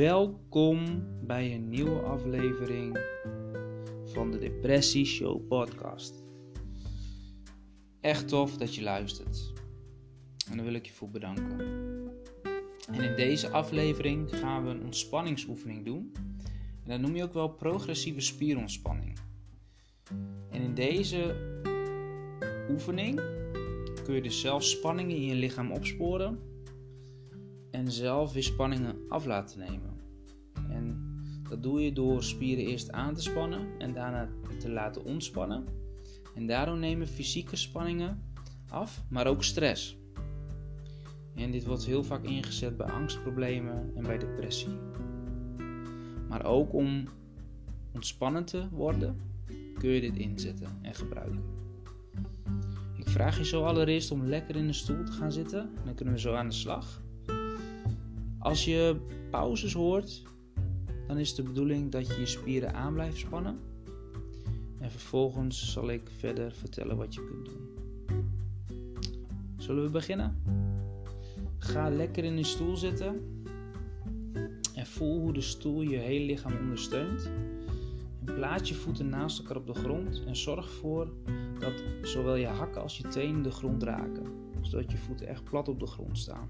Welkom bij een nieuwe aflevering van de Depressie Show podcast. Echt tof dat je luistert. En daar wil ik je voor bedanken. En in deze aflevering gaan we een ontspanningsoefening doen. En dat noem je ook wel progressieve spierontspanning. En in deze oefening kun je dus zelf spanningen in je lichaam opsporen en zelf weer spanningen af laten nemen. En dat doe je door spieren eerst aan te spannen en daarna te laten ontspannen. En daardoor nemen fysieke spanningen af, maar ook stress. En dit wordt heel vaak ingezet bij angstproblemen en bij depressie. Maar ook om ontspannen te worden, kun je dit inzetten en gebruiken. Ik vraag je zo allereerst om lekker in een stoel te gaan zitten. Dan kunnen we zo aan de slag. Als je pauzes hoort, dan is de bedoeling dat je je spieren aan blijft spannen. En vervolgens zal ik verder vertellen wat je kunt doen. Zullen we beginnen? Ga lekker in een stoel zitten. En voel hoe de stoel je hele lichaam ondersteunt. En plaats je voeten naast elkaar op de grond. En zorg ervoor dat zowel je hakken als je tenen de grond raken. Zodat je voeten echt plat op de grond staan.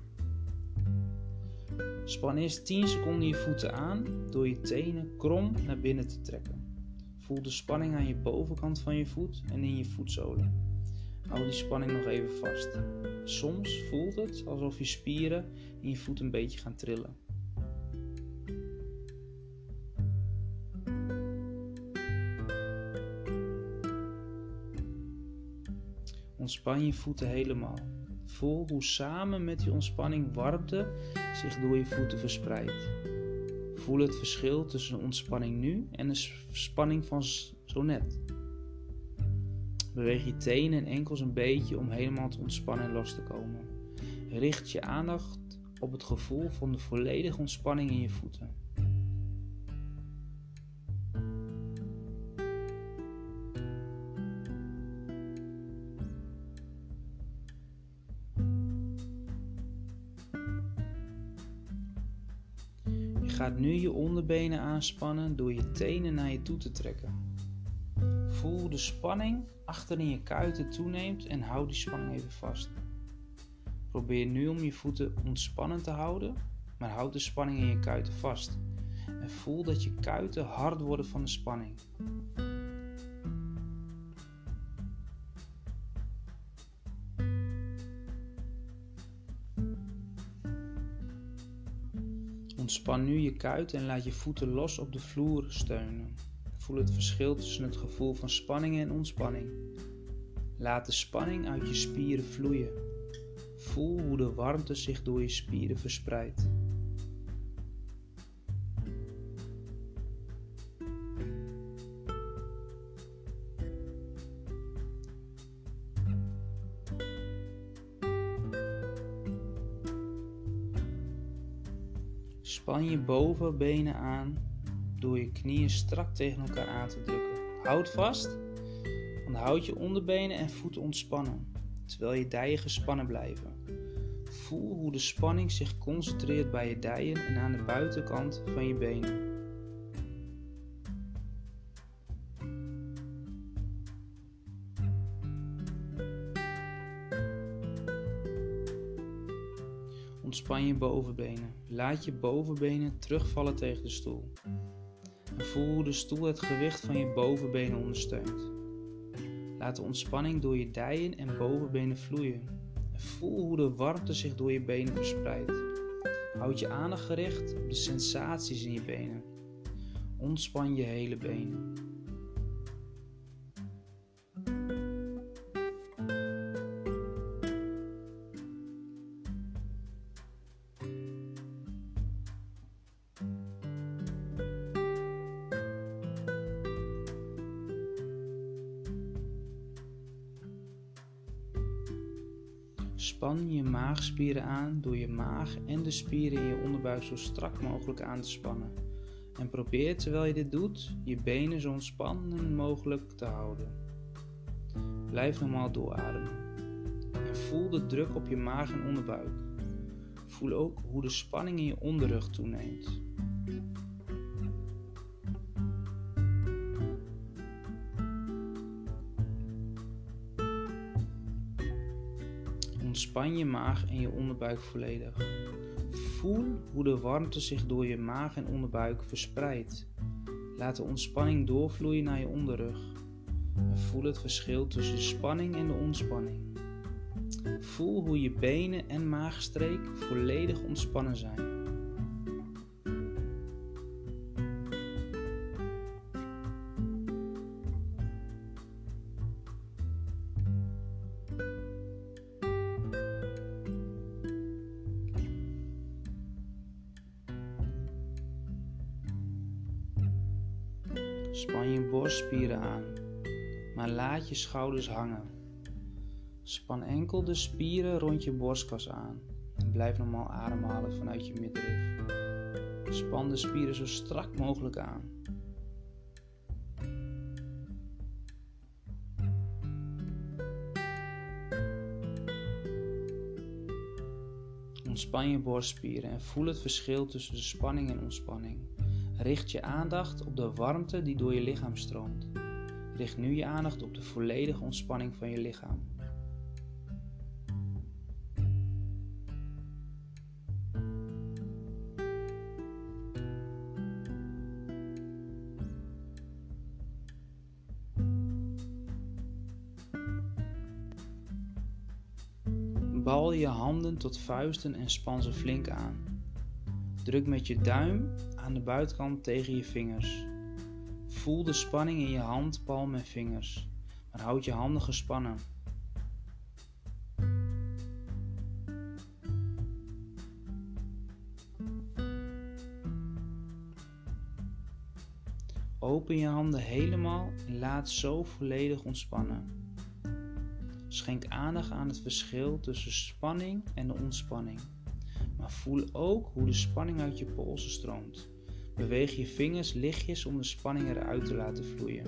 Span eerst 10 seconden je voeten aan door je tenen krom naar binnen te trekken. Voel de spanning aan je bovenkant van je voet en in je voetzolen. Hou die spanning nog even vast. Soms voelt het alsof je spieren in je voet een beetje gaan trillen. Ontspan je voeten helemaal. Voel hoe samen met die ontspanning warmte zich door je voeten verspreidt. Voel het verschil tussen de ontspanning nu en de spanning van zo net. Beweeg je tenen en enkels een beetje om helemaal te ontspannen en los te komen. Richt je aandacht op het gevoel van de volledige ontspanning in je voeten. Je gaat nu je onderbenen aanspannen door je tenen naar je toe te trekken. Voel hoe de spanning achter in je kuiten toeneemt en houd die spanning even vast. Probeer nu om je voeten ontspannen te houden, maar houd de spanning in je kuiten vast. En voel dat je kuiten hard worden van de spanning. Ontspan nu je kuit en laat je voeten los op de vloer steunen. Voel het verschil tussen het gevoel van spanning en ontspanning. Laat de spanning uit je spieren vloeien. Voel hoe de warmte zich door je spieren verspreidt. Span je bovenbenen aan door je knieën strak tegen elkaar aan te drukken. Houd vast, dan houd je onderbenen en voeten ontspannen, terwijl je dijen gespannen blijven. Voel hoe de spanning zich concentreert bij je dijen en aan de buitenkant van je benen. Ontspan je bovenbenen. Laat je bovenbenen terugvallen tegen de stoel. En voel hoe de stoel het gewicht van je bovenbenen ondersteunt. Laat de ontspanning door je dijen en bovenbenen vloeien. En voel hoe de warmte zich door je benen verspreidt. Houd je aandacht gericht op de sensaties in je benen. Ontspan je hele benen. Span je maagspieren aan door je maag en de spieren in je onderbuik zo strak mogelijk aan te spannen. En probeer terwijl je dit doet, je benen zo ontspannen mogelijk te houden. Blijf normaal doorademen. En voel de druk op je maag en onderbuik. Voel ook hoe de spanning in je onderrug toeneemt. Ontspan je maag en je onderbuik volledig. Voel hoe de warmte zich door je maag en onderbuik verspreidt. Laat de ontspanning doorvloeien naar je onderrug. En voel het verschil tussen de spanning en de ontspanning. Voel hoe je benen en maagstreek volledig ontspannen zijn. Span je borstspieren aan, maar laat je schouders hangen. Span enkel de spieren rond je borstkas aan en blijf normaal ademhalen vanuit je middenrif. Span de spieren zo strak mogelijk aan. Ontspan je borstspieren en voel het verschil tussen de spanning en ontspanning. Richt je aandacht op de warmte die door je lichaam stroomt. Richt nu je aandacht op de volledige ontspanning van je lichaam. Bal je handen tot vuisten en span ze flink aan. Druk met je duim aan de buitenkant tegen je vingers. Voel de spanning in je hand, palm en vingers, maar houd je handen gespannen. Open je handen helemaal en laat zo volledig ontspannen. Schenk aandacht aan het verschil tussen spanning en de ontspanning. Maar voel ook hoe de spanning uit je polsen stroomt. Beweeg je vingers lichtjes om de spanning eruit te laten vloeien.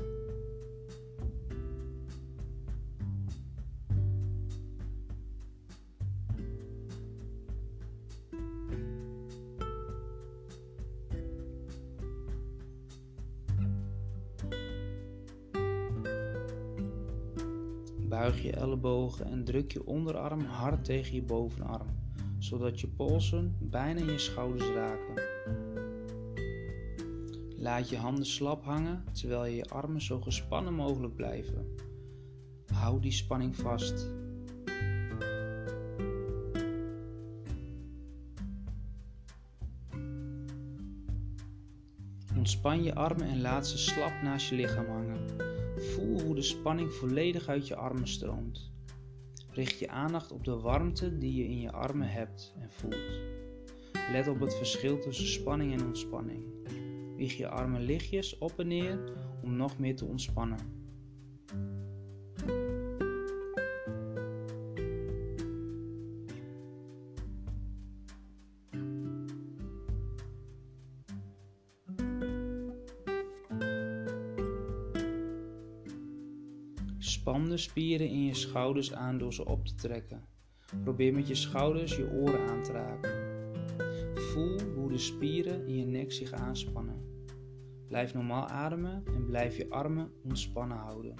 Buig je ellebogen en druk je onderarm hard tegen je bovenarm, zodat je polsen bijna je schouders raken. Laat je handen slap hangen terwijl je armen zo gespannen mogelijk blijven. Hou die spanning vast. Ontspan je armen en laat ze slap naast je lichaam hangen. Voel hoe de spanning volledig uit je armen stroomt. Richt je aandacht op de warmte die je in je armen hebt en voelt. Let op het verschil tussen spanning en ontspanning. Wieg je armen lichtjes op en neer om nog meer te ontspannen. Span de spieren in je schouders aan door ze op te trekken. Probeer met je schouders je oren aan te raken. Voel hoe de spieren in je nek zich aanspannen. Blijf normaal ademen en blijf je armen ontspannen houden.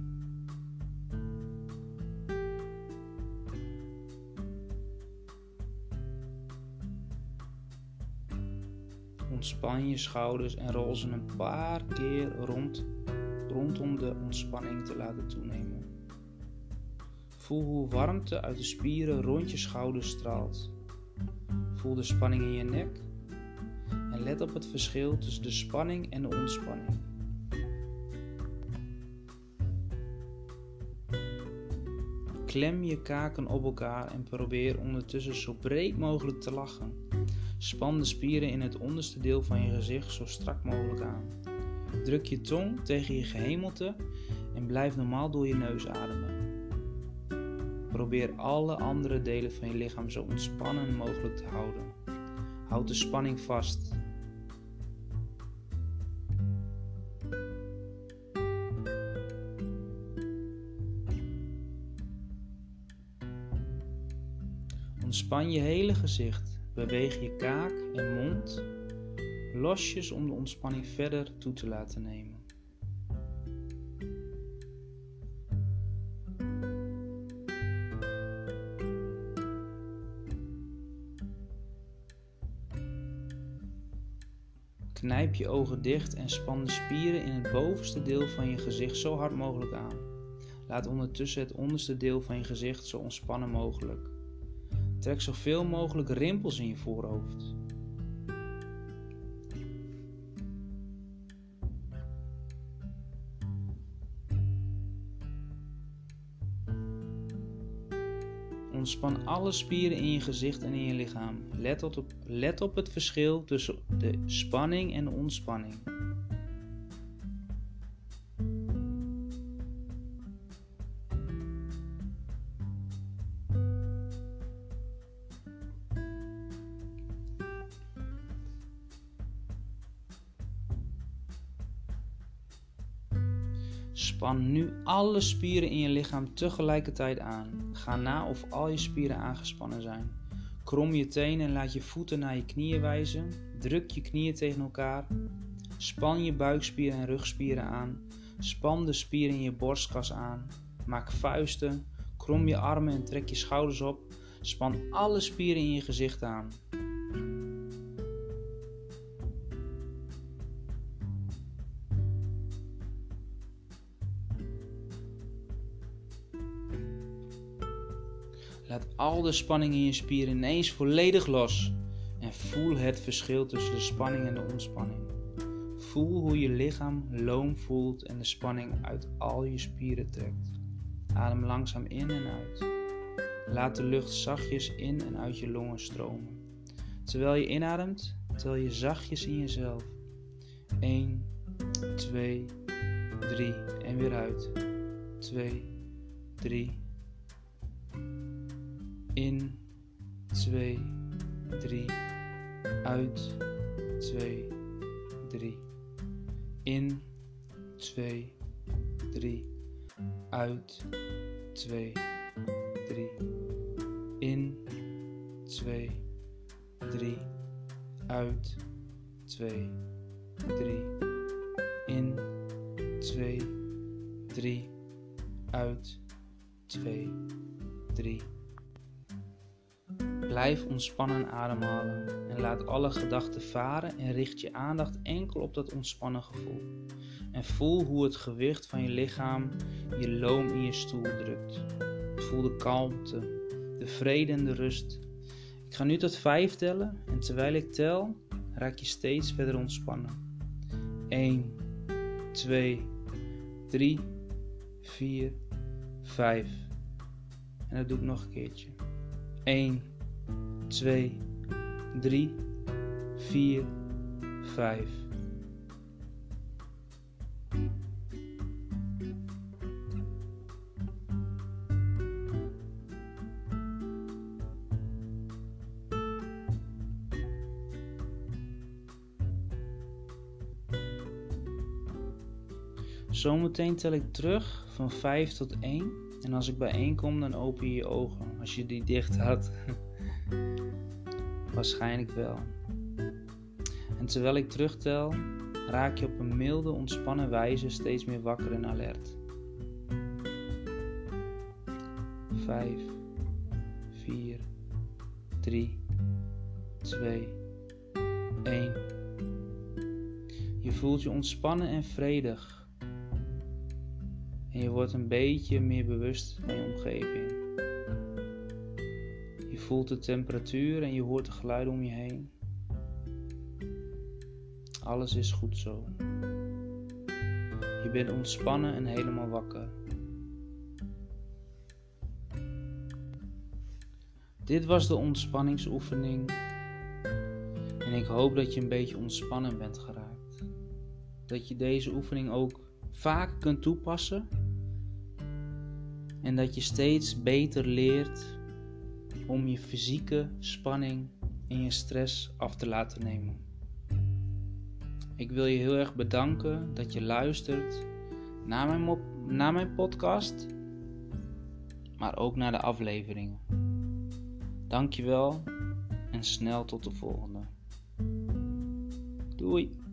Ontspan je schouders en rol ze een paar keer rondom de ontspanning te laten toenemen. Voel hoe warmte uit de spieren rond je schouders straalt. Voel de spanning in je nek en let op het verschil tussen de spanning en de ontspanning. Klem je kaken op elkaar en probeer ondertussen zo breed mogelijk te lachen. Span de spieren in het onderste deel van je gezicht zo strak mogelijk aan. Druk je tong tegen je gehemelte en blijf normaal door je neus ademen. Probeer alle andere delen van je lichaam zo ontspannen mogelijk te houden. Houd de spanning vast. Ontspan je hele gezicht. Beweeg je kaak en mond losjes om de ontspanning verder toe te laten nemen. Knijp je ogen dicht en span de spieren in het bovenste deel van je gezicht zo hard mogelijk aan. Laat ondertussen het onderste deel van je gezicht zo ontspannen mogelijk. Trek zoveel mogelijk rimpels in je voorhoofd. Ontspan alle spieren in je gezicht en in je lichaam. Let op het verschil tussen de spanning en de ontspanning. Span nu alle spieren in je lichaam tegelijkertijd aan. Ga na of al je spieren aangespannen zijn. Krom je tenen en laat je voeten naar je knieën wijzen. Druk je knieën tegen elkaar. Span je buikspieren en rugspieren aan. Span de spieren in je borstkas aan. Maak vuisten. Krom je armen en trek je schouders op. Span alle spieren in je gezicht aan. Laat al de spanning in je spieren ineens volledig los en voel het verschil tussen de spanning en de ontspanning. Voel hoe je lichaam loom voelt en de spanning uit al je spieren trekt. Adem langzaam in en uit. Laat de lucht zachtjes in en uit je longen stromen. Terwijl je inademt, tel je zachtjes in jezelf. 1, 2, 3 en weer uit. 2, 3. In, 2, 3, uit, 2, 3. In, 2, 3, uit, 2, 3. In, 2, 3, uit, 2, 3. In, 2, 3, uit, 2, 3. Blijf ontspannen ademhalen en laat alle gedachten varen en richt je aandacht enkel op dat ontspannen gevoel. En voel hoe het gewicht van je lichaam je loom in je stoel drukt. Voel de kalmte, de vrede en de rust. Ik ga nu tot 5 tellen en terwijl ik tel, raak je steeds verder ontspannen. 1, 2, 3, 4, 5. En dat doe ik nog een keertje. 1, 2, 3, 4, 5. Zometeen tel ik terug van 5 tot 1. En als ik bij 1 kom, dan open je je ogen. Als je die dicht had. Waarschijnlijk wel. En terwijl ik terugtel, raak je op een milde, ontspannen wijze steeds meer wakker en alert. 5, 4, 3, 2, 1. Je voelt je ontspannen en vredig. En je wordt een beetje meer bewust van je omgeving. Je voelt de temperatuur en je hoort de geluiden om je heen. Alles is goed zo. Je bent ontspannen en helemaal wakker. Dit was de ontspanningsoefening. En ik hoop dat je een beetje ontspannen bent geraakt. Dat je deze oefening ook vaak kunt toepassen. En dat je steeds beter leert om je fysieke spanning en je stress af te laten nemen. Ik wil je heel erg bedanken dat je luistert naar mijn podcast, maar ook naar de afleveringen. Dankjewel en snel tot de volgende. Doei!